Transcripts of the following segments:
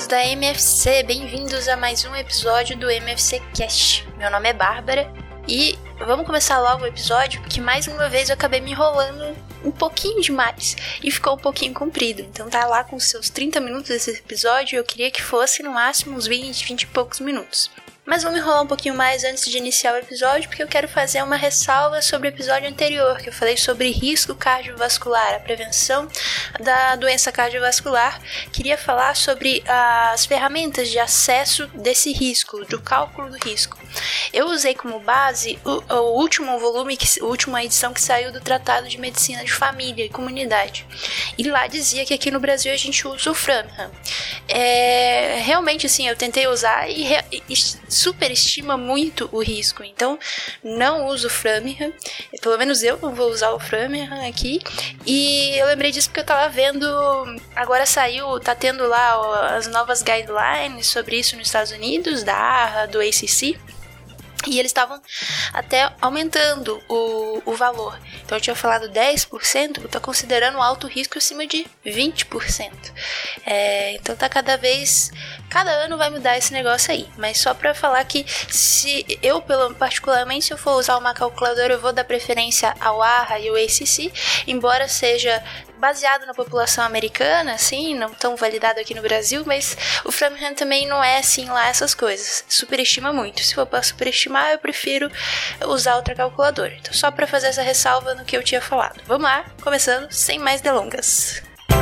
amigos da MFC, bem-vindos a mais um episódio do MFC Cast. Meu nome é Bárbara e vamos começar logo o episódio, porque mais uma vez eu acabei me enrolando um pouquinho demais e ficou um pouquinho comprido. Então tá lá com os seus 30 minutos esse episódio, eu queria que fosse no máximo uns 20 e poucos minutos. Mas vamos enrolar um pouquinho mais antes de iniciar o episódio, porque eu quero fazer uma ressalva sobre o episódio anterior, que eu falei sobre risco cardiovascular, a prevenção da doença cardiovascular. Queria falar sobre as ferramentas de acesso desse risco, do cálculo do risco. Eu usei como base o último volume, a última edição que saiu do Tratado de Medicina de Família e Comunidade. E lá dizia que aqui no Brasil a gente usa o Framingham. Realmente, assim, eu tentei usar e superestima muito o risco, então não uso o Framingham, pelo menos eu não vou usar o Framingham aqui. E eu lembrei disso porque eu tava vendo, agora tá tendo lá as novas guidelines sobre isso nos Estados Unidos, da AHA, do ACC, e eles estavam até aumentando o valor. Então eu tinha falado 10%, eu tô considerando alto risco acima de 20%. Então tá cada ano vai mudar esse negócio aí. Mas só pra falar que particularmente, se eu for usar uma calculadora, eu vou dar preferência ao AHA e ao ACC, embora seja baseado na população americana, assim, não tão validado aqui no Brasil, mas o Framingham também não é assim lá essas coisas, superestima muito. Se for para superestimar, eu prefiro usar outra calculadora. Então só para fazer essa ressalva no que eu tinha falado. Vamos lá, começando sem mais delongas.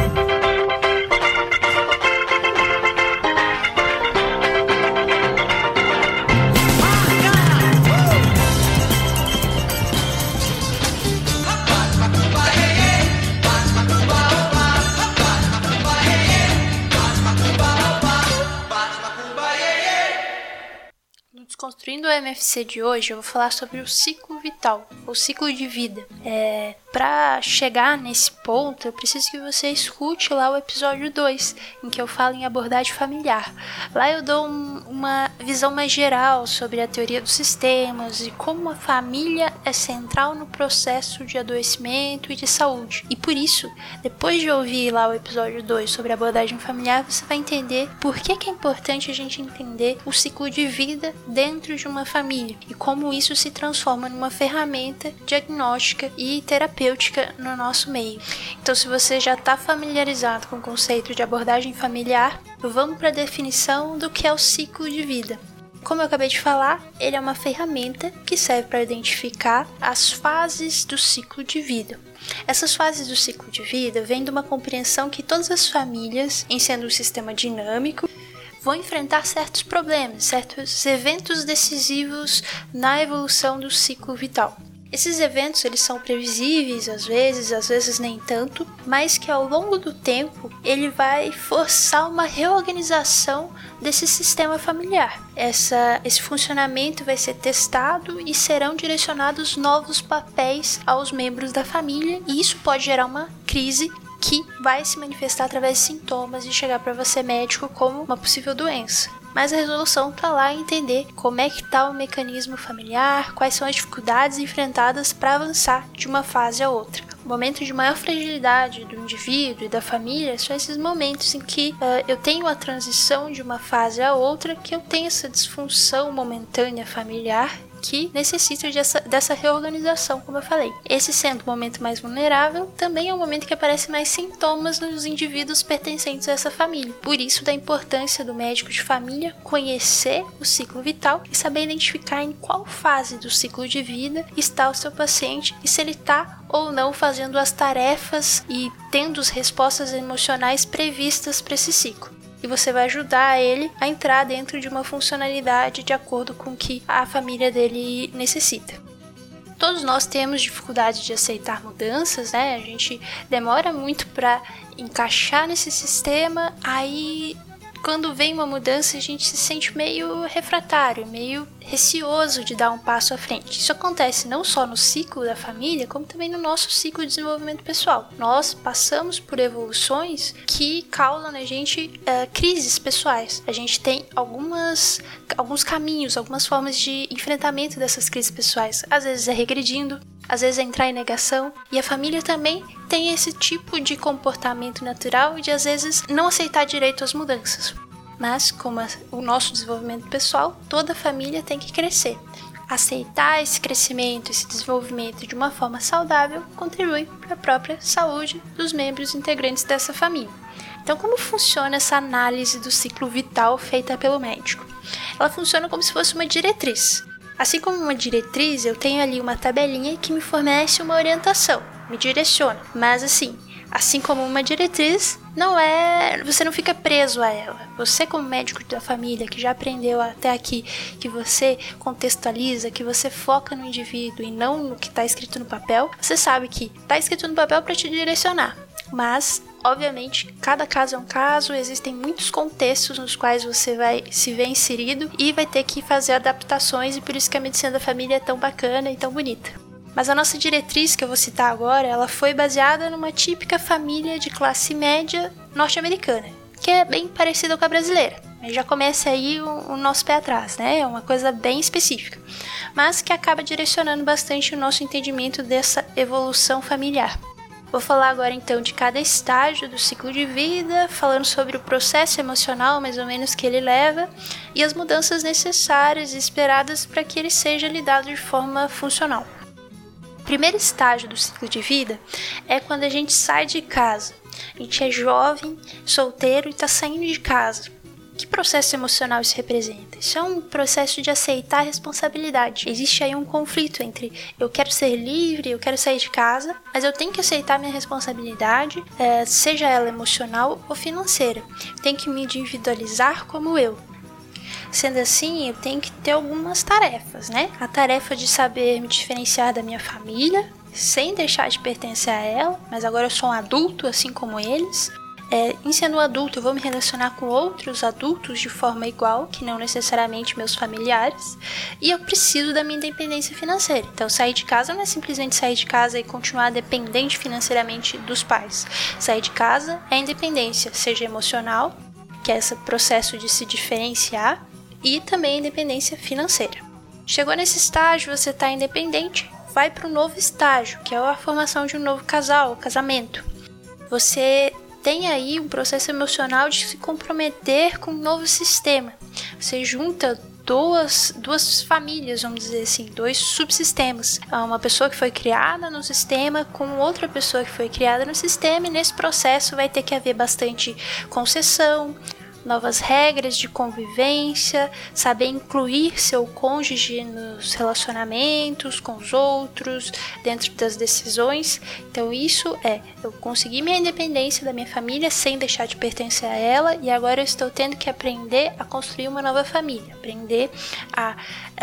Construindo o MFC de hoje, eu vou falar sobre o ciclo vital, o ciclo de vida. Para chegar nesse ponto, eu preciso que você escute lá o episódio 2, em que eu falo em abordagem familiar. Lá eu dou uma visão mais geral sobre a teoria dos sistemas e como a família é central no processo de adoecimento e de saúde. E por isso, depois de ouvir lá o episódio 2 sobre abordagem familiar, você vai entender por que é importante a gente entender o ciclo de vida dentro de uma família e como isso se transforma numa ferramenta diagnóstica e terapêutica no nosso meio. Então, se você já está familiarizado com o conceito de abordagem familiar, vamos para a definição do que é o ciclo de vida. Como eu acabei de falar, ele é uma ferramenta que serve para identificar as fases do ciclo de vida. Essas fases do ciclo de vida vêm de uma compreensão que todas as famílias, em sendo um sistema dinâmico, vão enfrentar certos problemas, certos eventos decisivos na evolução do ciclo vital. Esses eventos eles são previsíveis às vezes nem tanto, mas que ao longo do tempo ele vai forçar uma reorganização desse sistema familiar. Esse funcionamento vai ser testado e serão direcionados novos papéis aos membros da família, e isso pode gerar uma crise que vai se manifestar através de sintomas e chegar para você médico como uma possível doença. Mas a resolução está lá em entender como é que está o mecanismo familiar, quais são as dificuldades enfrentadas para avançar de uma fase a outra. O momento de maior fragilidade do indivíduo e da família são esses momentos em que eu tenho a transição de uma fase a outra, que eu tenho essa disfunção momentânea familiar que necessita dessa reorganização, como eu falei. Esse sendo o momento mais vulnerável, também é o momento que aparecem mais sintomas nos indivíduos pertencentes a essa família. Por isso, da importância do médico de família conhecer o ciclo vital e saber identificar em qual fase do ciclo de vida está o seu paciente e se ele está ou não fazendo as tarefas e tendo as respostas emocionais previstas para esse ciclo. E você vai ajudar ele a entrar dentro de uma funcionalidade de acordo com o que a família dele necessita. Todos nós temos dificuldade de aceitar mudanças, né? A gente demora muito para encaixar nesse sistema, aí quando vem uma mudança a gente se sente meio refratário, meio receoso de dar um passo à frente. Isso acontece não só no ciclo da família, como também no nosso ciclo de desenvolvimento pessoal. Nós passamos por evoluções que causam na gente crises pessoais. A gente tem alguns caminhos, algumas formas de enfrentamento dessas crises pessoais. Às vezes é regredindo, às vezes é entrar em negação, e a família também tem esse tipo de comportamento natural de às vezes não aceitar direito as mudanças. Mas, como o nosso desenvolvimento pessoal, toda família tem que crescer. Aceitar esse crescimento, esse desenvolvimento de uma forma saudável contribui para a própria saúde dos membros integrantes dessa família. Então, como funciona essa análise do ciclo vital feita pelo médico? Ela funciona como se fosse uma diretriz. Assim como uma diretriz, eu tenho ali uma tabelinha que me fornece uma orientação, me direciona. Mas assim como uma diretriz, você não fica preso a ela. Você, como médico da família, que já aprendeu até aqui, que você contextualiza, que você foca no indivíduo e não no que está escrito no papel, você sabe que está escrito no papel para te direcionar. Mas, obviamente, cada caso é um caso, existem muitos contextos nos quais você vai se ver inserido e vai ter que fazer adaptações, e por isso que a medicina da família é tão bacana e tão bonita. Mas a nossa diretriz, que eu vou citar agora, ela foi baseada numa típica família de classe média norte-americana, que é bem parecida com a brasileira. Aí já começa aí o nosso pé atrás, né? É uma coisa bem específica, mas que acaba direcionando bastante o nosso entendimento dessa evolução familiar. Vou falar agora então de cada estágio do ciclo de vida, falando sobre o processo emocional mais ou menos que ele leva e as mudanças necessárias e esperadas para que ele seja lidado de forma funcional. O primeiro estágio do ciclo de vida é quando a gente sai de casa. A gente é jovem, solteiro e está saindo de casa. Que processo emocional isso representa? Isso é um processo de aceitar a responsabilidade. Existe aí um conflito entre eu quero ser livre, eu quero sair de casa, mas eu tenho que aceitar minha responsabilidade, seja ela emocional ou financeira. Tenho que me individualizar como eu. Sendo assim, eu tenho que ter algumas tarefas, né? A tarefa de saber me diferenciar da minha família, sem deixar de pertencer a ela, mas agora eu sou um adulto assim como eles. Em sendo adulto, eu vou me relacionar com outros adultos de forma igual, que não necessariamente meus familiares, e eu preciso da minha independência financeira. Então, sair de casa não é simplesmente sair de casa e continuar dependente financeiramente dos pais. Sair de casa é independência, seja emocional, que é esse processo de se diferenciar, e também independência financeira. Chegou nesse estágio, você está independente, vai para o novo estágio, que é a formação de um novo casal, o casamento. Você tem aí um processo emocional de se comprometer com um novo sistema. Você junta duas famílias, vamos dizer assim, dois subsistemas. Uma pessoa que foi criada no sistema com outra pessoa que foi criada no sistema, e nesse processo vai ter que haver bastante concessão, novas regras de convivência, saber incluir seu cônjuge nos relacionamentos com os outros, dentro das decisões. Então isso eu consegui minha independência da minha família sem deixar de pertencer a ela, e agora eu estou tendo que aprender a construir uma nova família, aprender a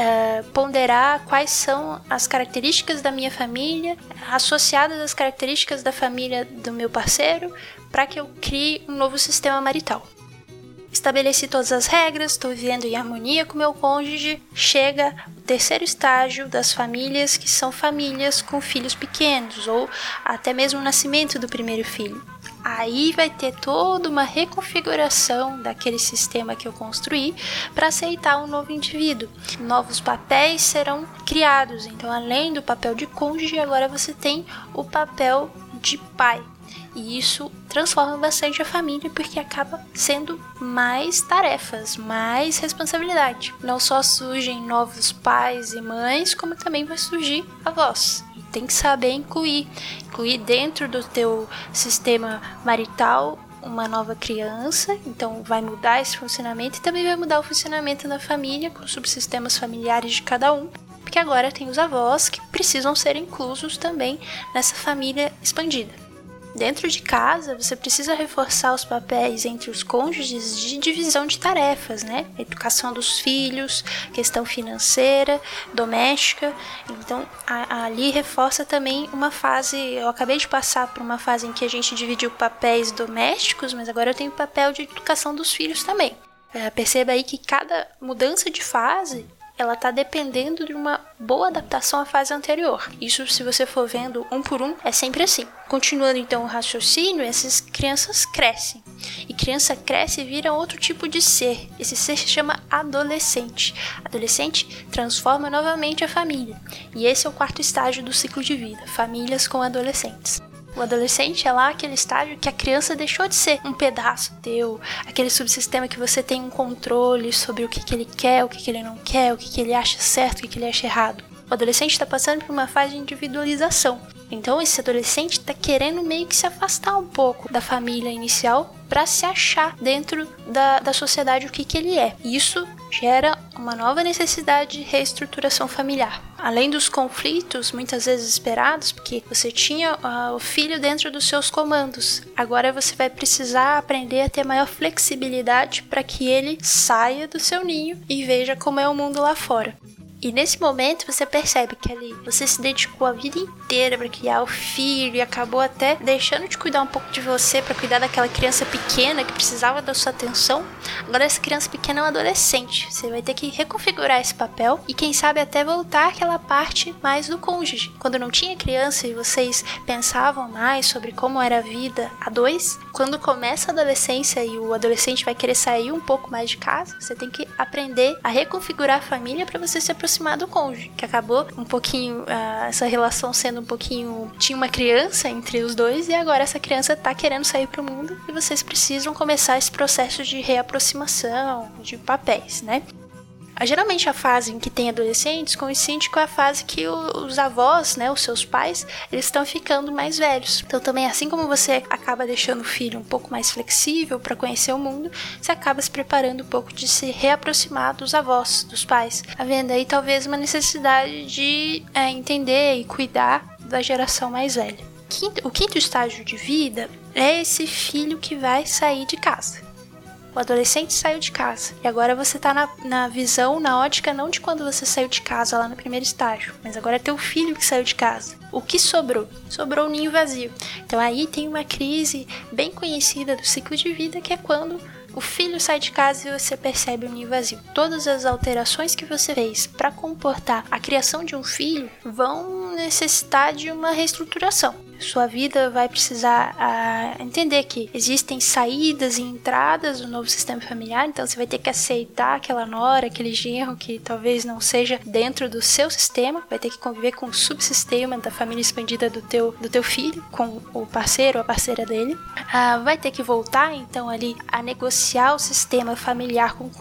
ponderar quais são as características da minha família, associadas às características da família do meu parceiro, para que eu crie um novo sistema marital. Estabeleci todas as regras, estou vivendo em harmonia com meu cônjuge. Chega o terceiro estágio das famílias, que são famílias com filhos pequenos, ou até mesmo o nascimento do primeiro filho. Aí vai ter toda uma reconfiguração daquele sistema que eu construí para aceitar um novo indivíduo. Novos papéis serão criados, então além do papel de cônjuge, agora você tem o papel de pai. E isso transforma bastante a família, porque acaba sendo mais tarefas, mais responsabilidade. Não só surgem novos pais e mães, como também vai surgir avós. E tem que saber incluir dentro do teu sistema marital uma nova criança, então vai mudar esse funcionamento, e também vai mudar o funcionamento da família, com os subsistemas familiares de cada um, porque agora tem os avós que precisam ser inclusos também nessa família expandida. Dentro de casa, você precisa reforçar os papéis entre os cônjuges de divisão de tarefas, né? Educação dos filhos, questão financeira, doméstica. Então, ali reforça também uma fase. Eu acabei de passar por uma fase em que a gente dividiu papéis domésticos, mas agora eu tenho o papel de educação dos filhos também. Perceba aí que cada mudança de fase, ela está dependendo de uma boa adaptação à fase anterior. Isso, se você for vendo um por um, é sempre assim. Continuando então o raciocínio, essas crianças crescem. E criança cresce e vira outro tipo de ser. Esse ser se chama adolescente. Adolescente transforma novamente a família. E esse é o quarto estágio do ciclo de vida, famílias com adolescentes. O adolescente é lá aquele estágio que a criança deixou de ser um pedaço teu, aquele subsistema que você tem um controle sobre o que ele quer, o que ele não quer, o que ele acha certo, o que ele acha errado. O adolescente está passando por uma fase de individualização. Então esse adolescente está querendo meio que se afastar um pouco da família inicial para se achar dentro da sociedade o que ele é. Isso gera uma nova necessidade de reestruturação familiar. Além dos conflitos, muitas vezes esperados, porque você tinha o filho dentro dos seus comandos. Agora você vai precisar aprender a ter maior flexibilidade para que ele saia do seu ninho e veja como é o mundo lá fora. E nesse momento você percebe que ali você se dedicou a vida inteira para criar o filho e acabou até deixando de cuidar um pouco de você para cuidar daquela criança pequena que precisava da sua atenção. Agora essa criança pequena é um adolescente. Você vai ter que reconfigurar esse papel e quem sabe até voltar àquela parte mais do cônjuge. Quando não tinha criança e vocês pensavam mais sobre como era a vida a dois, quando começa a adolescência e o adolescente vai querer sair um pouco mais de casa, você tem que aprender a reconfigurar a família para você se aproximar do cônjuge, que acabou um pouquinho, essa relação sendo um pouquinho, tinha uma criança entre os dois e agora essa criança tá querendo sair pro mundo e vocês precisam começar esse processo de reaproximação de papéis, né? Geralmente a fase em que tem adolescentes coincide com a fase que os avós, né, os seus pais, eles estão ficando mais velhos. Então também assim como você acaba deixando o filho um pouco mais flexível para conhecer o mundo, você acaba se preparando um pouco de se reaproximar dos avós, dos pais, havendo aí talvez uma necessidade de entender e cuidar da geração mais velha. O quinto estágio de vida é esse filho que vai sair de casa. O adolescente saiu de casa e agora você tá na visão, na ótica não de quando você saiu de casa lá no primeiro estágio, mas agora é teu filho que saiu de casa. O que sobrou? Sobrou o ninho vazio. Então aí tem uma crise bem conhecida do ciclo de vida que é quando o filho sai de casa e você percebe o ninho vazio. Todas as alterações que você fez para comportar a criação de um filho vão necessitar de uma reestruturação. Sua vida vai precisar entender que existem saídas e entradas do novo sistema familiar, então você vai ter que aceitar aquela nora, aquele genro que talvez não seja dentro do seu sistema, vai ter que conviver com o subsistema da família expandida do teu filho, com o parceiro ou a parceira dele. Vai ter que voltar então ali a negociar o sistema familiar com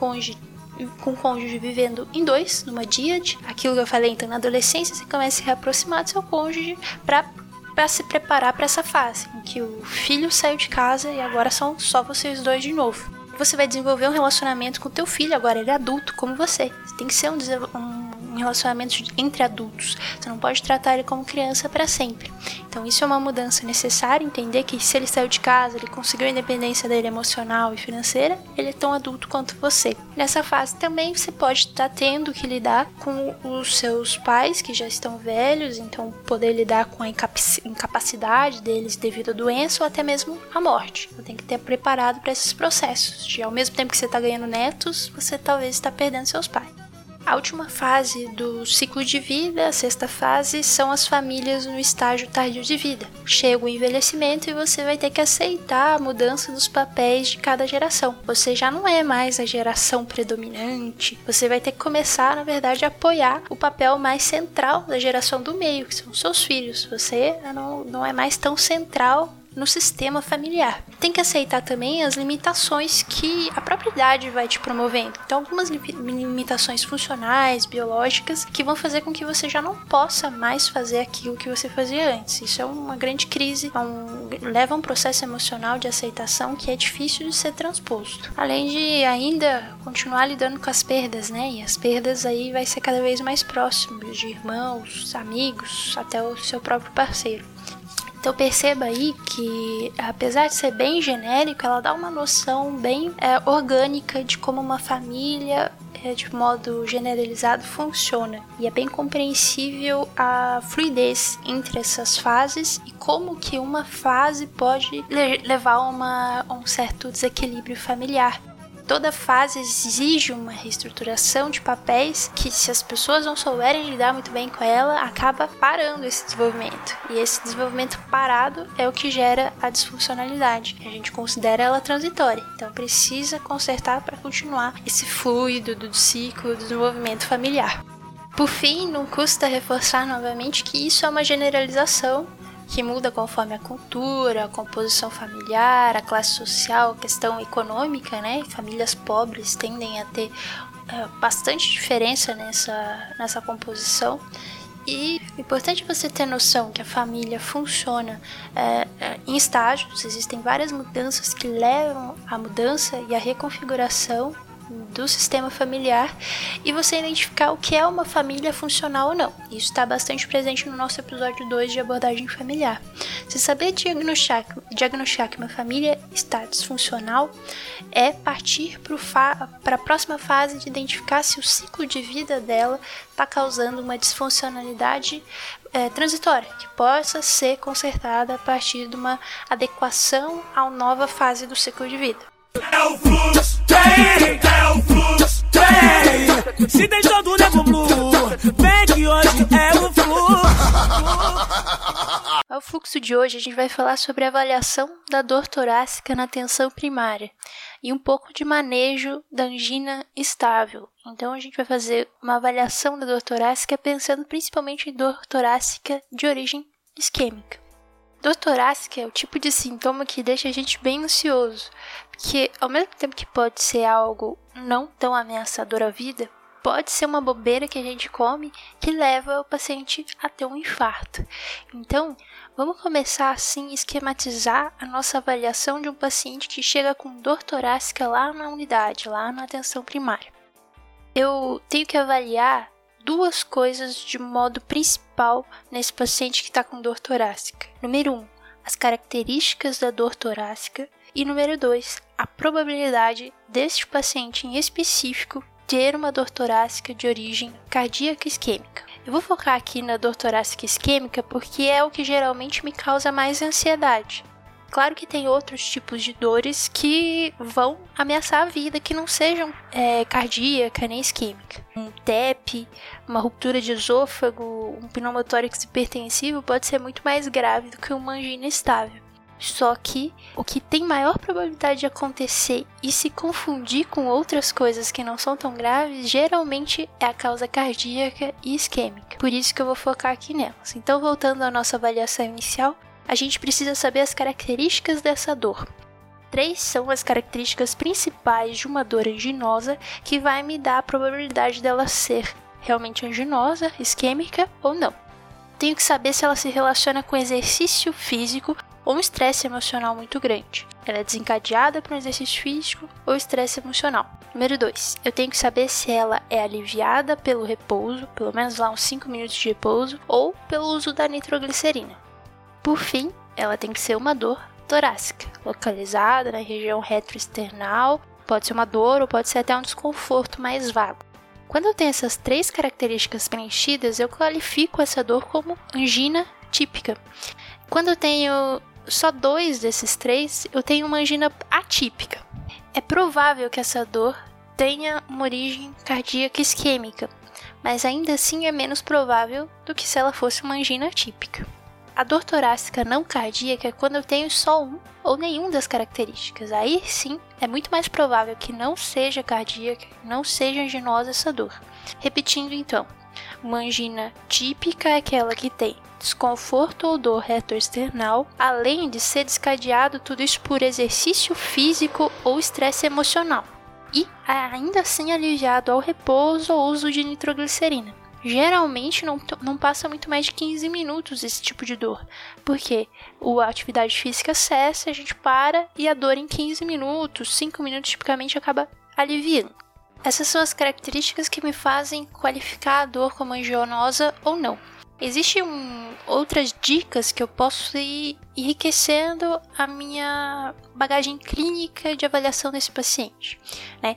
o cônjuge vivendo em dois, numa díade. Aquilo que eu falei, então na adolescência você começa a se reaproximar do seu cônjuge para se preparar para essa fase em que o filho saiu de casa e agora são só vocês dois de novo. Você vai desenvolver um relacionamento com o teu filho, agora ele é adulto como você. Tem que ser um relacionamento entre adultos. Você não pode tratar ele como criança para sempre. Então isso é uma mudança necessária, entender que se ele saiu de casa, ele conseguiu a independência dele emocional e financeira, ele é tão adulto quanto você. Nessa fase também você pode estar tendo que lidar com os seus pais que já estão velhos, então poder lidar com a incapacidade deles devido à doença ou até mesmo à morte. Você tem que estar preparado para esses processos. De, ao mesmo tempo que você está ganhando netos, você talvez está perdendo seus pais. A última fase do ciclo de vida, a sexta fase, são as famílias no estágio tardio de vida. Chega o envelhecimento e você vai ter que aceitar a mudança dos papéis de cada geração. Você já não é mais a geração predominante, você vai ter que começar, na verdade, a apoiar o papel mais central da geração do meio, que são os seus filhos. Você não é mais tão central no sistema familiar. Tem que aceitar também as limitações que a própria idade vai te promovendo. Então, algumas limitações funcionais, biológicas, que vão fazer com que você já não possa mais fazer aquilo que você fazia antes. Isso é uma grande crise, leva a um processo emocional de aceitação que é difícil de ser transposto. Além de ainda continuar lidando com as perdas, né? E as perdas aí vai ser cada vez mais próximo de irmãos, amigos, até o seu próprio parceiro. Então perceba aí que, apesar de ser bem genérico, ela dá uma noção bem orgânica de como uma família, de modo generalizado, funciona. E é bem compreensível a fluidez entre essas fases e como que uma fase pode levar a um certo desequilíbrio familiar. Toda fase exige uma reestruturação de papéis que, se as pessoas não souberem lidar muito bem com ela, acaba parando esse desenvolvimento. E esse desenvolvimento parado é o que gera a disfuncionalidade. A gente considera ela transitória. Então precisa consertar para continuar esse fluido do ciclo do desenvolvimento familiar. Por fim, não custa reforçar novamente que isso é uma generalização, que muda conforme a cultura, a composição familiar, a classe social, a questão econômica, né? Famílias pobres tendem a ter bastante diferença nessa composição. E é importante você ter noção que a família funciona em estágios. Existem várias mudanças que levam à mudança e à reconfiguração do sistema familiar, e você identificar o que é uma família funcional ou não. Isso está bastante presente no nosso episódio 2 de abordagem familiar. Você saber diagnosticar que uma família está disfuncional é partir para a próxima fase de identificar se o ciclo de vida dela está causando uma disfuncionalidade transitória, que possa ser consertada a partir de uma adequação à nova fase do ciclo de vida. É o fluxo, é o fluxo, se deitou do Nego Blue, vem que hoje é o fluxo. No fluxo de hoje a gente vai falar sobre a avaliação da dor torácica na atenção primária e um pouco de manejo da angina estável. Então a gente vai fazer uma avaliação da dor torácica pensando principalmente em dor torácica de origem isquêmica. Dor torácica é o tipo de sintoma que deixa a gente bem ansioso, porque ao mesmo tempo que pode ser algo não tão ameaçador à vida, pode ser uma bobeira que a gente come que leva o paciente a ter um infarto. Então, vamos começar assim a esquematizar a nossa avaliação de um paciente que chega com dor torácica lá na unidade, lá na atenção primária. Eu tenho que avaliar duas coisas de modo principal nesse paciente que está com dor torácica. Número 1, as características da dor torácica. E número 2, a probabilidade deste paciente em específico ter uma dor torácica de origem cardíaca isquêmica. Eu vou focar aqui na dor torácica isquêmica porque é o que geralmente me causa mais ansiedade. Claro que tem outros tipos de dores que vão ameaçar a vida, que não sejam cardíaca nem isquêmica. Um TEP, uma ruptura de esôfago, um pneumotórax hipertensivo pode ser muito mais grave do que uma angina estável. Só que o que tem maior probabilidade de acontecer e se confundir com outras coisas que não são tão graves, geralmente é a causa cardíaca e isquêmica. Por isso que eu vou focar aqui nelas. Então, voltando à nossa avaliação inicial, a gente precisa saber as características dessa dor. 3 são as características principais de uma dor anginosa que vai me dar a probabilidade dela ser realmente anginosa, isquêmica ou não. Tenho que saber se ela se relaciona com exercício físico ou um estresse emocional muito grande. Ela é desencadeada por um exercício físico ou estresse emocional. Número 2, eu tenho que saber se ela é aliviada pelo repouso, pelo menos lá uns 5 minutos de repouso, ou pelo uso da nitroglicerina. Por fim, ela tem que ser uma dor torácica, localizada na região retroesternal, pode ser uma dor ou pode ser até um desconforto mais vago. Quando eu tenho essas 3 características preenchidas, eu qualifico essa dor como angina típica. Quando eu tenho só 2 desses 3, eu tenho uma angina atípica. É provável que essa dor tenha uma origem cardíaca isquêmica, mas ainda assim é menos provável do que se ela fosse uma angina atípica. A dor torácica não cardíaca é quando eu tenho só um ou nenhum das características. Aí sim, é muito mais provável que não seja cardíaca, não seja anginosa essa dor. Repetindo então, uma angina típica é aquela que tem desconforto ou dor retroesternal, além de ser descadeado tudo isso por exercício físico ou estresse emocional. E ainda assim aliviado ao repouso ou uso de nitroglicerina. Geralmente não passa muito mais de 15 minutos esse tipo de dor, porque a atividade física cessa, a gente para e a dor em 15 minutos, 5 minutos tipicamente acaba aliviando. Essas são as características que me fazem qualificar a dor como anginosa ou não. Existem outras dicas que eu posso ir enriquecendo a minha bagagem clínica de avaliação desse paciente, né?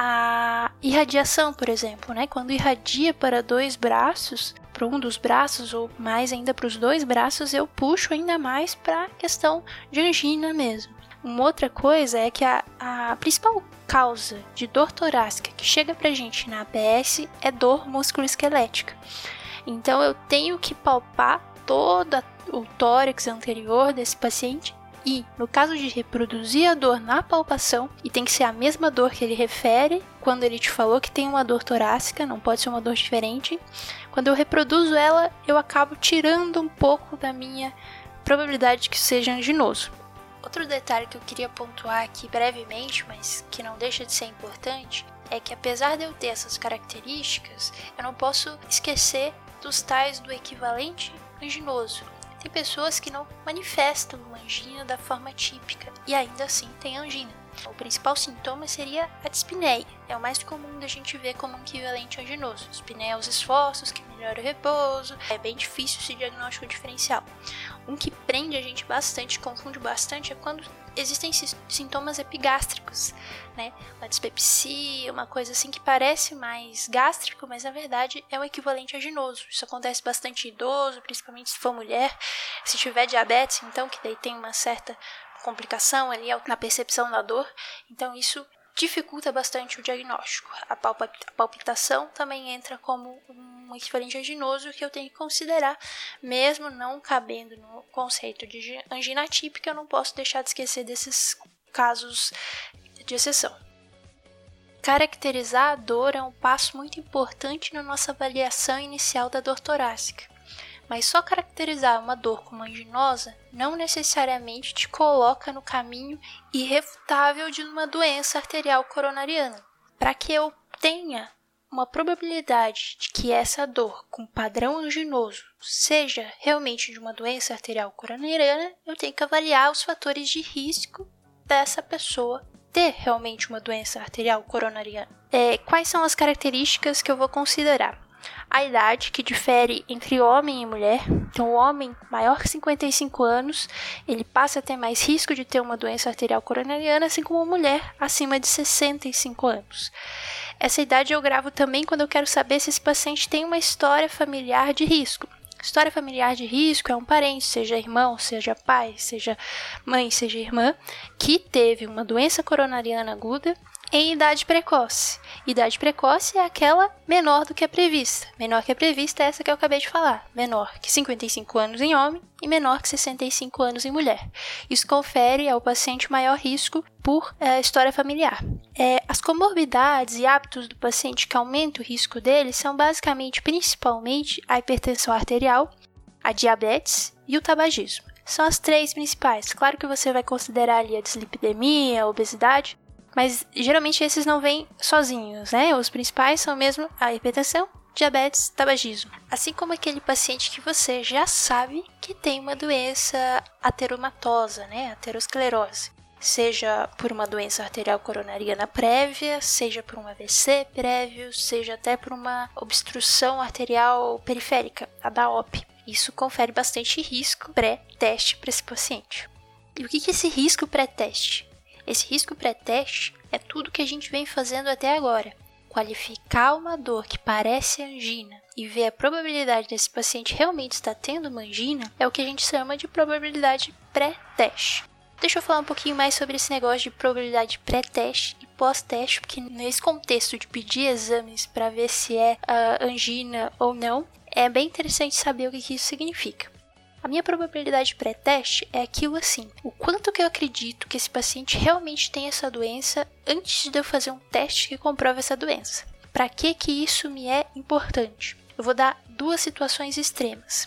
A irradiação, por exemplo, né? Quando irradia para 2 braços, para um dos braços ou mais ainda para os 2 braços, eu puxo ainda mais para a questão de angina mesmo. Uma outra coisa é que a principal causa de dor torácica que chega pra gente na APS é dor musculoesquelética. Então eu tenho que palpar todo o tórax anterior desse paciente e, no caso de reproduzir a dor na palpação, e tem que ser a mesma dor que ele refere quando ele te falou que tem uma dor torácica, não pode ser uma dor diferente. Quando eu reproduzo ela, eu acabo tirando um pouco da minha probabilidade de que seja anginoso. Outro detalhe que eu queria pontuar aqui brevemente, mas que não deixa de ser importante, é que apesar de eu ter essas características, eu não posso esquecer dos tais do equivalente anginoso. Tem pessoas que não manifestam angina da forma típica e ainda assim tem angina. O principal sintoma seria a dispneia. É o mais comum da gente ver como um equivalente anginoso. Dispneia aos esforços, que melhora o repouso. É bem difícil esse diagnóstico diferencial. Um que prende a gente bastante, confunde bastante, é quando existem sintomas epigástricos, né? Uma dispepsia, uma coisa assim que parece mais gástrico, mas na verdade é um equivalente anginoso. Isso acontece bastante em idoso, principalmente se for mulher. Se tiver diabetes, então, que daí tem uma certa complicação ali na percepção da dor, então isso dificulta bastante o diagnóstico. A palpitação também entra como um equivalente anginoso que eu tenho que considerar, mesmo não cabendo no conceito de angina atípica, eu não posso deixar de esquecer desses casos de exceção. Caracterizar a dor é um passo muito importante na nossa avaliação inicial da dor torácica. Mas só caracterizar uma dor como anginosa não necessariamente te coloca no caminho irrefutável de uma doença arterial coronariana. Para que eu tenha uma probabilidade de que essa dor com padrão anginoso seja realmente de uma doença arterial coronariana, eu tenho que avaliar os fatores de risco dessa pessoa ter realmente uma doença arterial coronariana. Quais são as características que eu vou considerar? A idade, que difere entre homem e mulher. Então, o homem maior que 55 anos, ele passa a ter mais risco de ter uma doença arterial coronariana, assim como a mulher acima de 65 anos. Essa idade eu gravo também quando eu quero saber se esse paciente tem uma história familiar de risco. História familiar de risco é um parente, seja irmão, seja pai, seja mãe, seja irmã, que teve uma doença coronariana aguda em idade precoce. Idade precoce é aquela menor do que a prevista. Menor que a prevista é essa que eu acabei de falar. Menor que 55 anos em homem e menor que 65 anos em mulher. Isso confere ao paciente maior risco por história familiar. As comorbidades e hábitos do paciente que aumentam o risco dele são basicamente, principalmente, a hipertensão arterial, a diabetes e o tabagismo. São as três principais. Claro que você vai considerar ali a dislipidemia, a obesidade, mas geralmente esses não vêm sozinhos, né? Os principais são mesmo a hipertensão, diabetes, tabagismo. Assim como aquele paciente que você já sabe que tem uma doença ateromatosa, né? Aterosclerose. Seja por uma doença arterial coronariana prévia, seja por um AVC prévio, seja até por uma obstrução arterial periférica, a DAOP. Isso confere bastante risco pré-teste para esse paciente. E o que é esse risco pré-teste? Esse risco pré-teste é tudo que a gente vem fazendo até agora. Qualificar uma dor que parece angina e ver a probabilidade desse paciente realmente estar tendo uma angina é o que a gente chama de probabilidade pré-teste. Deixa eu falar um pouquinho mais sobre esse negócio de probabilidade pré-teste e pós-teste, porque nesse contexto de pedir exames para ver se é angina ou não, é bem interessante saber o que isso significa. A minha probabilidade pré-teste é aquilo assim, o quanto que eu acredito que esse paciente realmente tem essa doença antes de eu fazer um teste que comprove essa doença. Para que isso me é importante? Eu vou dar duas situações extremas.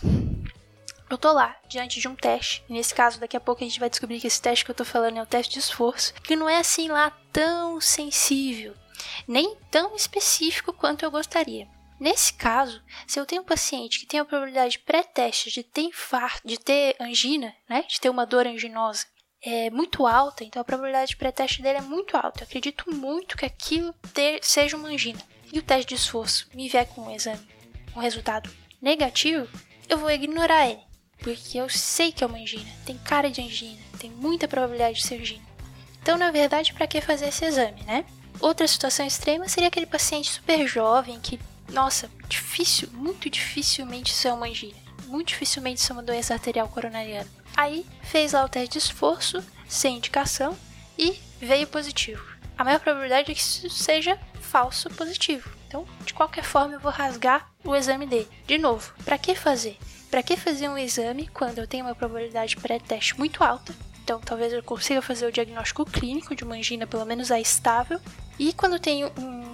Eu tô lá, diante de um teste, e nesse caso daqui a pouco a gente vai descobrir que esse teste que eu tô falando é o teste de esforço, que não é assim lá tão sensível, nem tão específico quanto eu gostaria. Nesse caso, se eu tenho um paciente que tem a probabilidade pré-teste de ter infarto, de ter angina, né, de ter uma dor anginosa, é muito alta, então a probabilidade pré-teste dele é muito alta. Eu acredito muito que aquilo seja uma angina. E o teste de esforço me vier com um exame, um resultado negativo, eu vou ignorar ele, porque eu sei que é uma angina, tem cara de angina, tem muita probabilidade de ser angina. Então, na verdade, para que fazer esse exame, né? Outra situação extrema seria aquele paciente super jovem que, nossa, muito dificilmente isso é uma angina, muito dificilmente isso é uma doença arterial coronariana. Aí, fez lá o teste de esforço, sem indicação, e veio positivo. A maior probabilidade é que isso seja falso positivo. Então, de qualquer forma, eu vou rasgar o exame dele. De novo, para que fazer? Para que fazer um exame quando eu tenho uma probabilidade pré-teste muito alta? Então, talvez eu consiga fazer o diagnóstico clínico de uma angina, pelo menos a estável. E quando eu tenho um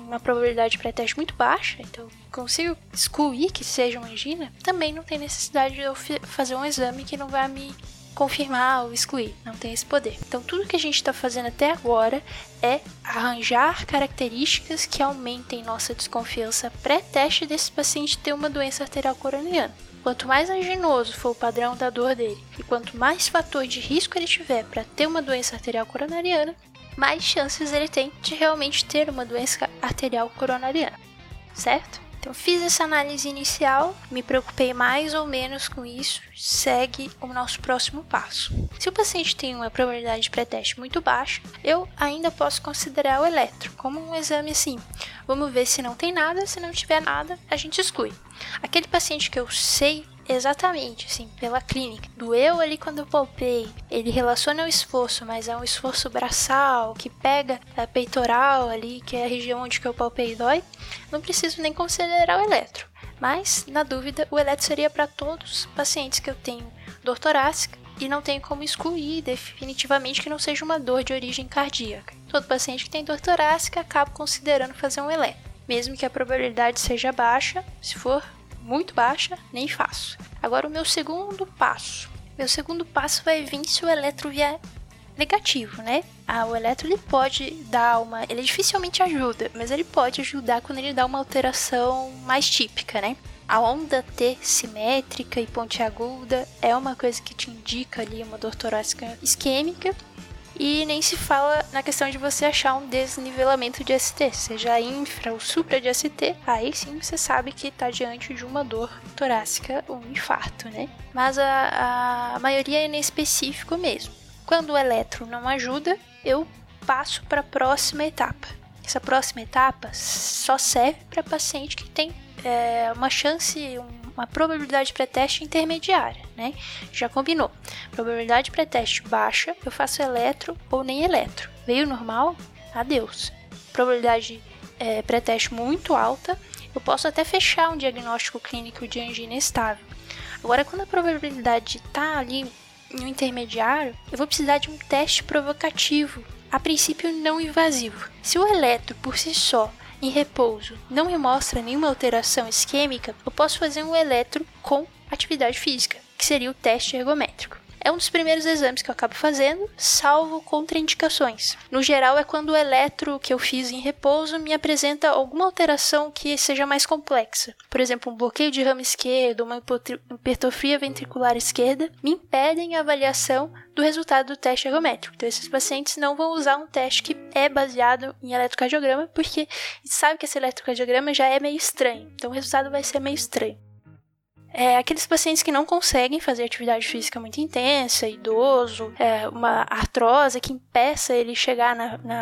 uma probabilidade de pré-teste muito baixa, então consigo excluir que seja uma angina, também não tem necessidade de eu fazer um exame que não vai me confirmar ou excluir, não tem esse poder. Então tudo que a gente está fazendo até agora é arranjar características que aumentem nossa desconfiança pré-teste desse paciente ter uma doença arterial coronariana. Quanto mais anginoso for o padrão da dor dele e quanto mais fator de risco ele tiver para ter uma doença arterial coronariana, mais chances ele tem de realmente ter uma doença arterial coronariana, certo? Então fiz essa análise inicial, me preocupei mais ou menos com isso, segue o nosso próximo passo. Se o paciente tem uma probabilidade de pré-teste muito baixa, eu ainda posso considerar o eletro como um exame assim. Vamos ver se não tem nada, se não tiver nada, a gente exclui. Aquele paciente que eu sei exatamente, assim, pela clínica, doeu ali quando eu palpei, ele relaciona ao esforço, mas é um esforço braçal, que pega a peitoral ali, que é a região onde que eu palpei e dói, não preciso nem considerar o eletro. Mas, na dúvida, o eletro seria para todos os pacientes que eu tenho dor torácica e não tenho como excluir definitivamente que não seja uma dor de origem cardíaca. Todo paciente que tem dor torácica acaba considerando fazer um eletro, mesmo que a probabilidade seja baixa, se for muito baixa, nem faço. Agora o meu segundo passo vai vir se o eletro vier negativo, né? O eletro ele pode dar ele dificilmente ajuda, mas ele pode ajudar quando ele dá uma alteração mais típica, né? A onda T simétrica e pontiaguda é uma coisa que te indica ali uma dor torácica isquêmica. E nem se fala na questão de você achar um desnivelamento de ST, seja infra ou supra de ST, aí sim você sabe que está diante de uma dor torácica ou um infarto, né? Mas a maioria é inespecífico mesmo. Quando o eletro não ajuda, eu passo para a próxima etapa. Essa próxima etapa só serve para paciente que tem uma probabilidade de pré-teste intermediária, né? Já combinou. Probabilidade de pré-teste baixa, eu faço eletro ou nem eletro. Veio normal? Adeus. Probabilidade pré-teste muito alta, eu posso até fechar um diagnóstico clínico de angina estável. Agora, quando a probabilidade está ali no intermediário, eu vou precisar de um teste provocativo, a princípio não invasivo. Se o eletro por si só em repouso não me mostra nenhuma alteração isquêmica, eu posso fazer um eletro com atividade física, que seria o teste ergométrico. É um dos primeiros exames que eu acabo fazendo, salvo contraindicações. No geral, é quando o eletro que eu fiz em repouso me apresenta alguma alteração que seja mais complexa. Por exemplo, um bloqueio de ramo esquerdo, uma hipertrofia ventricular esquerda, me impedem a avaliação do resultado do teste ergométrico. Então, esses pacientes não vão usar um teste que é baseado em eletrocardiograma, porque sabe que esse eletrocardiograma já é meio estranho. Então, o resultado vai ser meio estranho. Aqueles pacientes que não conseguem fazer atividade física muito intensa, idoso, uma artrose que impeça ele chegar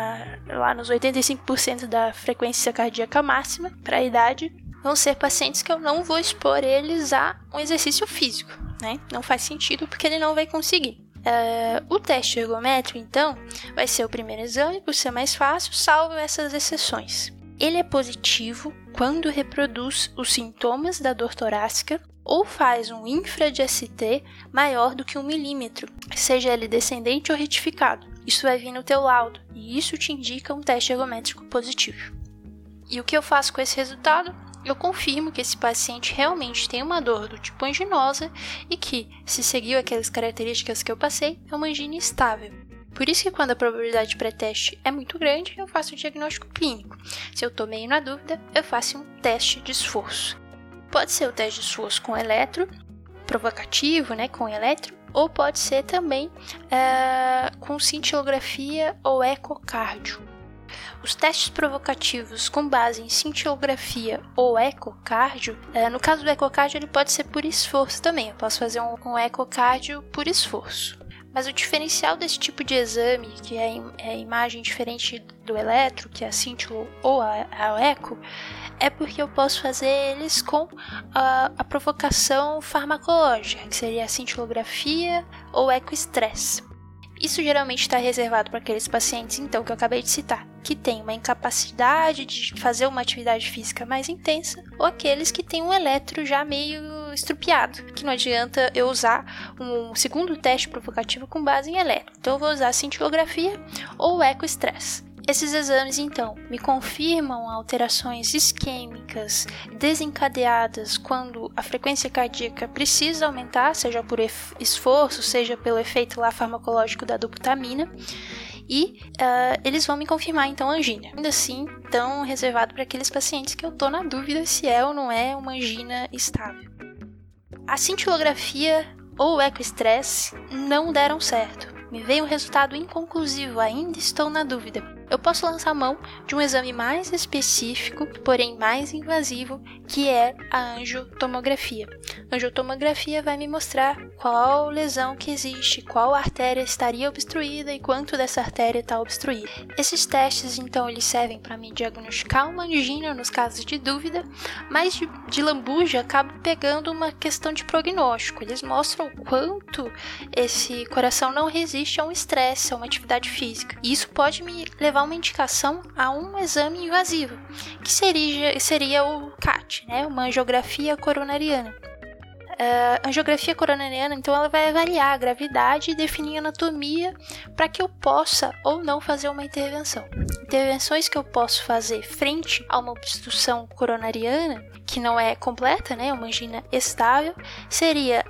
lá nos 85% da frequência cardíaca máxima para a idade, vão ser pacientes que eu não vou expor eles a um exercício físico, né? Não faz sentido porque ele não vai conseguir. O teste ergométrico, então, vai ser o primeiro exame, por ser mais fácil, salvo essas exceções. Ele é positivo quando reproduz os sintomas da dor torácica ou faz um infra de ST maior do que 1 milímetro, seja ele descendente ou retificado. Isso vai vir no teu laudo e isso te indica um teste ergométrico positivo. E o que eu faço com esse resultado? Eu confirmo que esse paciente realmente tem uma dor do tipo anginosa e que, se seguiu aquelas características que eu passei, é uma angina estável. Por isso que quando a probabilidade de pré-teste é muito grande, eu faço o diagnóstico clínico. Se eu estou meio na dúvida, eu faço um teste de esforço. Pode ser o teste de esforço com eletro, provocativo, né, com eletro, ou pode ser também com cintilografia ou ecocardio. Os testes provocativos com base em cintilografia ou ecocardio, no caso do ecocardio ele pode ser por esforço também, eu posso fazer um ecocardio por esforço. Mas o diferencial desse tipo de exame, que é a imagem diferente do eletro, que é a cintilo ou a eco, é porque eu posso fazer eles com a provocação farmacológica, que seria a cintilografia ou ecoestresse. Isso geralmente está reservado para aqueles pacientes, então, que eu acabei de citar, que têm uma incapacidade de fazer uma atividade física mais intensa, ou aqueles que têm um eletro já meio estrupiado, que não adianta eu usar um segundo teste provocativo com base em eletro. Então, eu vou usar a cintilografia ou o ecoestresse. Esses exames, então, me confirmam alterações isquêmicas desencadeadas quando a frequência cardíaca precisa aumentar, seja por esforço, seja pelo efeito lá farmacológico da dobutamina, e eles vão me confirmar, então, angina. Ainda assim, tão reservado para aqueles pacientes que eu estou na dúvida se é ou não é uma angina estável. A cintilografia ou o ecoestresse não deram certo. Me veio um resultado inconclusivo, ainda estou na dúvida. Eu posso lançar mão de um exame mais específico, porém mais invasivo, que é a angiotomografia. A angiotomografia vai me mostrar qual lesão que existe, qual artéria estaria obstruída e quanto dessa artéria está obstruída. Esses testes, então, eles servem para me diagnosticar uma angina nos casos de dúvida, mas de lambuja acabo pegando uma questão de prognóstico. Eles mostram o quanto esse coração não resiste a um estresse, a uma atividade física. E isso pode me levar uma indicação a um exame invasivo, que seria o CAT, né? Uma angiografia coronariana. A angiografia coronariana, então, ela vai avaliar a gravidade e definir a anatomia para que eu possa ou não fazer uma intervenção. Intervenções que eu posso fazer frente a uma obstrução coronariana, que não é completa, né? Uma angina estável, seria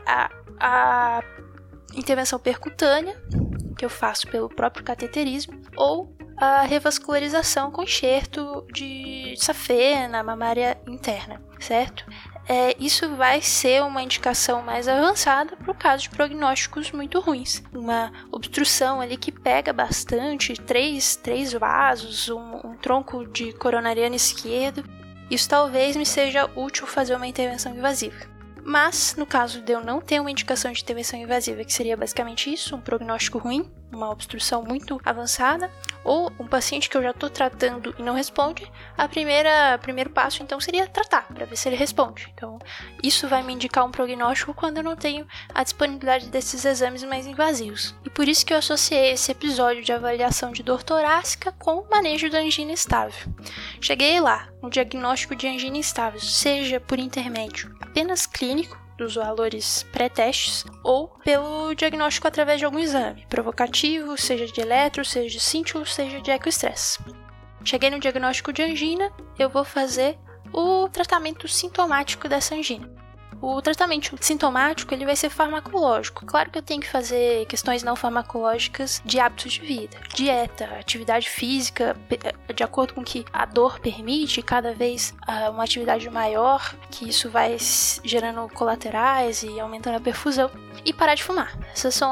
a intervenção percutânea, que eu faço pelo próprio cateterismo, ou a revascularização com enxerto de safena mamária interna, certo? Isso vai ser uma indicação mais avançada para o caso de prognósticos muito ruins. Uma obstrução ali que pega bastante, três vasos, um tronco de coronariano esquerdo. Isso talvez me seja útil fazer uma intervenção invasiva. Mas, no caso de eu não ter uma indicação de intervenção invasiva, que seria basicamente isso, um prognóstico ruim, uma obstrução muito avançada, ou um paciente que eu já estou tratando e não responde, primeiro passo, então, seria tratar, para ver se ele responde. Então, isso vai me indicar um prognóstico quando eu não tenho a disponibilidade desses exames mais invasivos. E por isso que eu associei esse episódio de avaliação de dor torácica com o manejo da angina estável. Cheguei lá, no diagnóstico de angina estável, seja por intermédio apenas clínico, dos valores pré-testes, ou pelo diagnóstico através de algum exame provocativo, seja de eletro, seja de cíntilo, seja de ecoestresse. Cheguei no diagnóstico de angina, eu vou fazer o tratamento sintomático dessa angina. O tratamento sintomático ele vai ser farmacológico. Claro que eu tenho que fazer questões não farmacológicas de hábitos de vida, dieta, atividade física, de acordo com o que a dor permite, cada vez uma atividade maior, que isso vai gerando colaterais e aumentando a perfusão. E parar de fumar. Essas são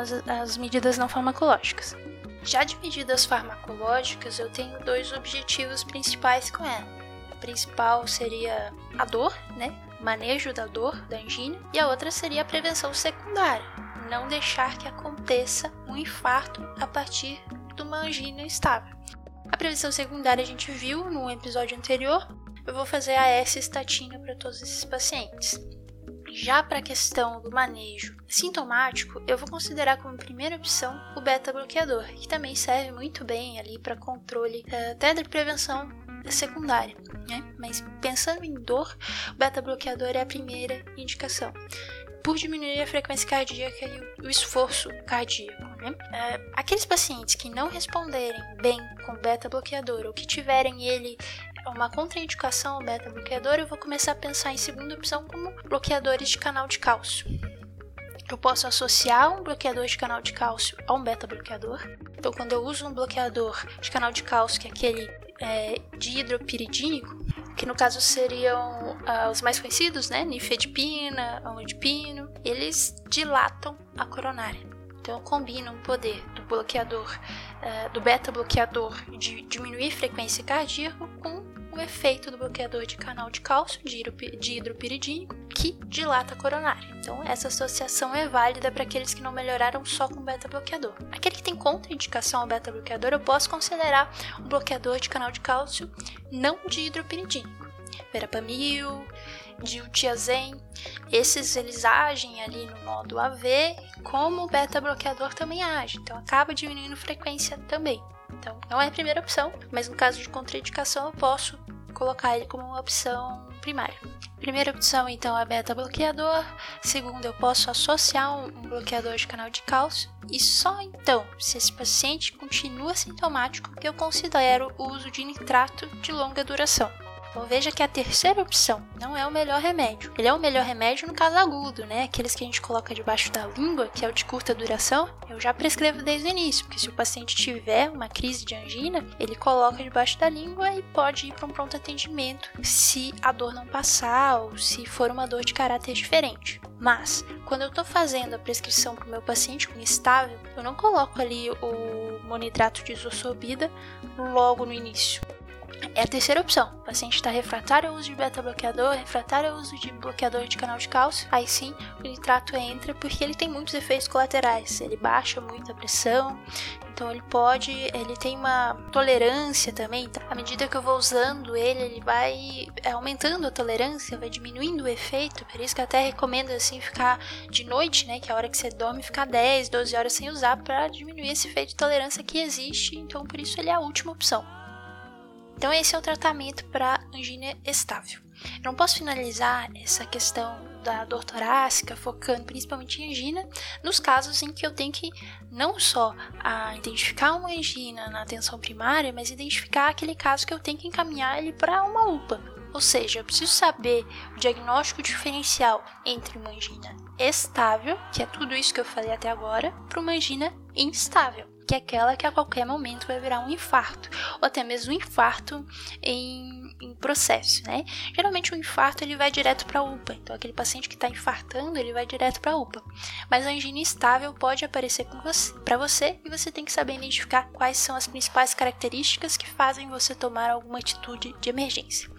as medidas não farmacológicas. Já de medidas farmacológicas, eu tenho 2 objetivos principais com ela. O principal seria a dor, né? Manejo da dor, da angina, e a outra seria a prevenção secundária, não deixar que aconteça um infarto a partir de uma angina estável. A prevenção secundária a gente viu no episódio anterior, eu vou fazer a S-estatina para todos esses pacientes. Já para a questão do manejo sintomático, eu vou considerar como primeira opção o beta-bloqueador, que também serve muito bem ali para controle até da prevenção secundária, né? Mas pensando em dor, o beta-bloqueador é a primeira indicação, por diminuir a frequência cardíaca e o esforço cardíaco, né? Aqueles pacientes que não responderem bem com o beta-bloqueador ou que tiverem uma contraindicação ao beta-bloqueador, eu vou começar a pensar em segunda opção como bloqueadores de canal de cálcio. Eu posso associar um bloqueador de canal de cálcio a um beta-bloqueador. Então, quando eu uso um bloqueador de canal de cálcio, que é aquele dihidropiridínico, que no caso seriam os mais conhecidos, né? Nifedipina, amlodipino, eles dilatam a coronária. Então, eu combino o poder do bloqueador, do beta-bloqueador de diminuir a frequência cardíaca com o efeito do bloqueador de canal de cálcio, dihidropiridínico, que dilata a coronária. Então, essa associação é válida para aqueles que não melhoraram só com beta-bloqueador. Aquele que tem contraindicação ao beta-bloqueador, eu posso considerar um bloqueador de canal de cálcio não dihidropiridínico. Verapamil, diltiazem, esses eles agem ali no modo AV, como o beta-bloqueador também age, então acaba diminuindo a frequência também. Então, não é a primeira opção, mas no caso de contraindicação eu posso colocar ele como uma opção primária. Primeira opção, então, é beta-bloqueador. Segunda, eu posso associar um bloqueador de canal de cálcio. E só então, se esse paciente continua sintomático, que eu considero o uso de nitrato de longa duração. Então veja que a terceira opção não é o melhor remédio. Ele é o melhor remédio no caso agudo, né? Aqueles que a gente coloca debaixo da língua, que é o de curta duração, eu já prescrevo desde o início, porque se o paciente tiver uma crise de angina, ele coloca debaixo da língua e pode ir para um pronto atendimento se a dor não passar ou se for uma dor de caráter diferente. Mas, quando eu estou fazendo a prescrição para o meu paciente com instável, eu não coloco ali o monitrato de isosorbida logo no início. É a terceira opção. O paciente está refratário ao uso de beta-bloqueador, refratário ao uso de bloqueador de canal de cálcio. Aí sim, o nitrato entra porque ele tem muitos efeitos colaterais. Ele baixa muito a pressão, então ele tem uma tolerância também. À medida que eu vou usando ele vai aumentando a tolerância, vai diminuindo o efeito. Por isso que eu até recomendo assim ficar de noite, né, que é a hora que você dorme, ficar 10, 12 horas sem usar para diminuir esse efeito de tolerância que existe. Então por isso ele é a última opção. Então esse é o tratamento para angina estável. Eu não posso finalizar essa questão da dor torácica focando principalmente em angina nos casos em que eu tenho que não só identificar uma angina na atenção primária, mas identificar aquele caso que eu tenho que encaminhar ele para uma UPA. Ou seja, eu preciso saber o diagnóstico diferencial entre uma angina estável, que é tudo isso que eu falei até agora, para uma angina instável, que é aquela que a qualquer momento vai virar um infarto, ou até mesmo um infarto em processo, né? Geralmente o infarto ele vai direto para a UPA, então aquele paciente que está infartando ele vai direto para a UPA. Mas a angina instável pode aparecer para você e você tem que saber identificar quais são as principais características que fazem você tomar alguma atitude de emergência.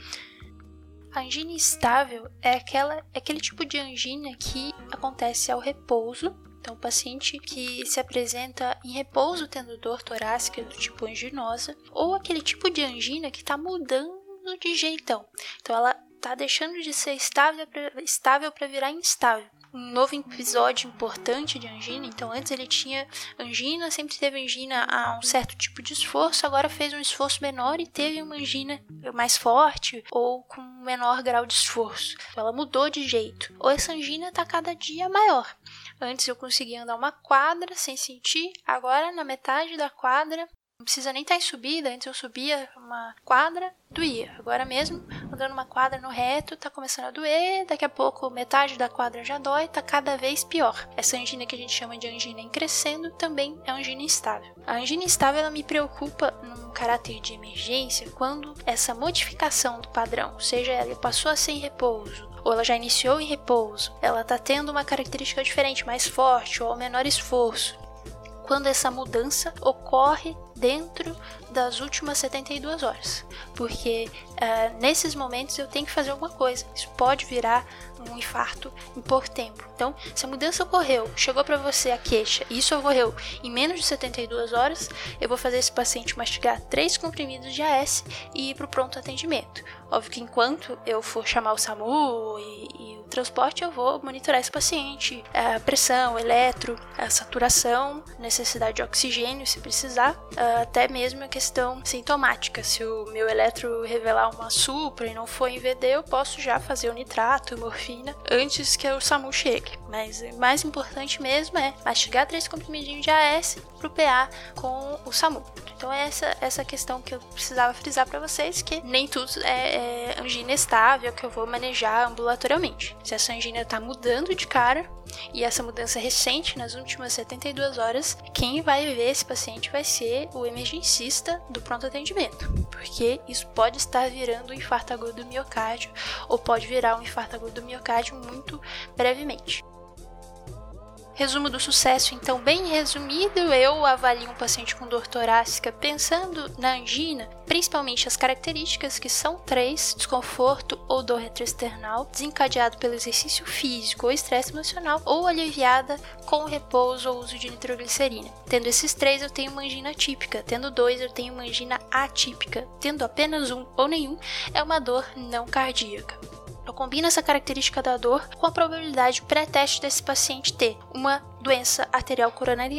A angina instável é aquele tipo de angina que acontece ao repouso. Então, o paciente que se apresenta em repouso tendo dor torácica do tipo anginosa, ou aquele tipo de angina que está mudando de jeitão. Então, ela está deixando de ser estável para virar instável. Um novo episódio importante de angina, então antes ele tinha angina, sempre teve angina a um certo tipo de esforço, agora fez um esforço menor e teve uma angina mais forte ou com um menor grau de esforço. Então ela mudou de jeito. Ou essa angina está cada dia maior. Antes eu conseguia andar uma quadra sem sentir, agora na metade da quadra, não precisa nem estar em subida, antes eu subia uma quadra, doía. Agora mesmo, andando uma quadra no reto, tá começando a doer, daqui a pouco metade da quadra já dói, tá cada vez pior. Essa angina que a gente chama de angina em crescendo também é angina instável. A angina instável ela me preocupa num caráter de emergência quando essa modificação do padrão, seja ela passou a ser em repouso, ou ela já iniciou em repouso, ela tá tendo uma característica diferente, mais forte ou ao menor esforço. Quando essa mudança ocorre dentro das últimas 72 horas, porque nesses momentos eu tenho que fazer alguma coisa, isso pode virar um infarto em pouco tempo. Então, se a mudança ocorreu, chegou para você a queixa, e isso ocorreu em menos de 72 horas, eu vou fazer esse paciente mastigar 3 comprimidos de AS e ir para o pronto atendimento. Óbvio que enquanto eu for chamar o SAMU e o transporte, eu vou monitorar esse paciente, a pressão, eletro, a saturação, necessidade de oxigênio se precisar, até mesmo a questão sintomática. Se o meu eletro revelar uma supra e não for em VD, eu posso já fazer o nitrato, morfina, antes que o SAMU chegue. Mas o mais importante mesmo é mastigar 3 comprimidinhos de AS pro PA com o SAMU. Então é essa questão que eu precisava frisar para vocês, que nem tudo é angina estável que eu vou manejar ambulatorialmente. Se essa angina está mudando de cara, e essa mudança recente nas últimas 72 horas, quem vai ver esse paciente vai ser o emergencista do pronto atendimento, porque isso pode estar virando um infarto agudo do miocárdio, ou pode virar um infarto agudo do miocárdio muito brevemente. Resumo do sucesso, então, bem resumido, eu avalio um paciente com dor torácica pensando na angina, principalmente as características que são 3, desconforto ou dor retroesternal, desencadeado pelo exercício físico ou estresse emocional, ou aliviada com repouso ou uso de nitroglicerina. Tendo esses 3, eu tenho uma angina típica, tendo 2, eu tenho uma angina atípica, tendo apenas 1 ou nenhum, é uma dor não cardíaca. Eu combino essa característica da dor com a probabilidade pré-teste desse paciente ter uma doença arterial coronariana.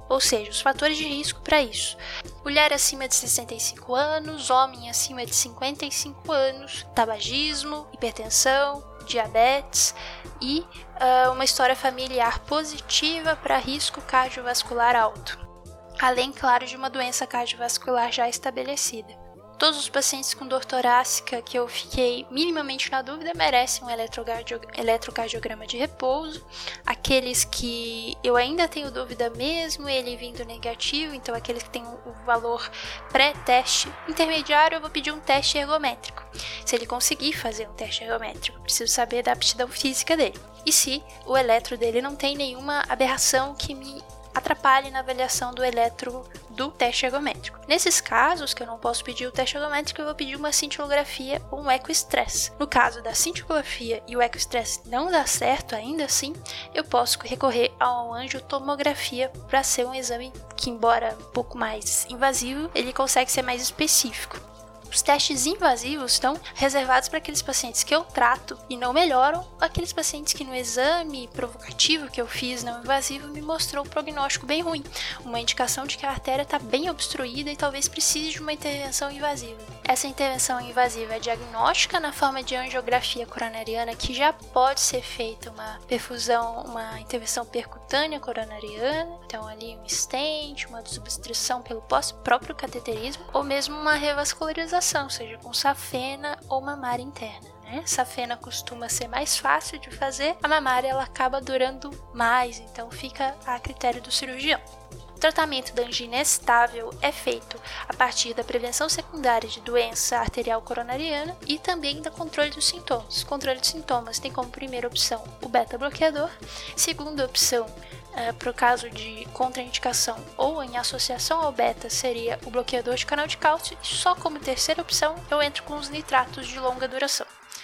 ou seja, os fatores de risco para isso. Mulher acima de 65 anos, homem acima de 55 anos, tabagismo, hipertensão, diabetes e uma história familiar positiva para risco cardiovascular alto. Além, claro, de uma doença cardiovascular já estabelecida. Todos os pacientes com dor torácica que eu fiquei minimamente na dúvida merecem um eletrocardiograma de repouso. Aqueles que eu ainda tenho dúvida mesmo, ele vindo negativo, então aqueles que têm o valor pré-teste intermediário, eu vou pedir um teste ergométrico. Se ele conseguir fazer um teste ergométrico, eu preciso saber da aptidão física dele. E se o eletro dele não tem nenhuma aberração que me atrapalhe na avaliação do eletro do teste ergométrico. Nesses casos que eu não posso pedir o teste ergométrico, eu vou pedir uma cintilografia ou um ecoestresse. No caso da cintilografia e o ecoestresse não dá certo ainda assim, eu posso recorrer a uma angiotomografia para ser um exame que, embora um pouco mais invasivo, ele consegue ser mais específico. Os testes invasivos estão reservados para aqueles pacientes que eu trato e não melhoram, aqueles pacientes que no exame provocativo que eu fiz não invasivo me mostrou um prognóstico bem ruim, uma indicação de que a artéria está bem obstruída e talvez precise de uma intervenção invasiva. Essa intervenção invasiva é diagnóstica na forma de angiografia coronariana, que já pode ser feita uma perfusão, uma intervenção percutânea coronariana, então ali um stent, uma desobstrução pelo próprio cateterismo, ou mesmo uma revascularização, seja com safena ou mamária interna. Safena costuma ser mais fácil de fazer, a mamária ela acaba durando mais, então fica a critério do cirurgião. O tratamento da angina estável é feito a partir da prevenção secundária de doença arterial coronariana e também do controle dos sintomas. O controle dos sintomas tem como primeira opção o beta-bloqueador, segunda opção, para o caso de contraindicação ou em associação ao beta, seria o bloqueador de canal de cálcio, e só como terceira opção eu entro com os nitratos de longa duração.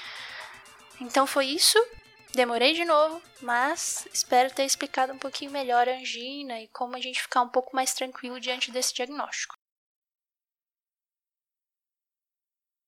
Então foi isso. Demorei de novo, mas espero ter explicado um pouquinho melhor a angina e como a gente ficar um pouco mais tranquilo diante desse diagnóstico.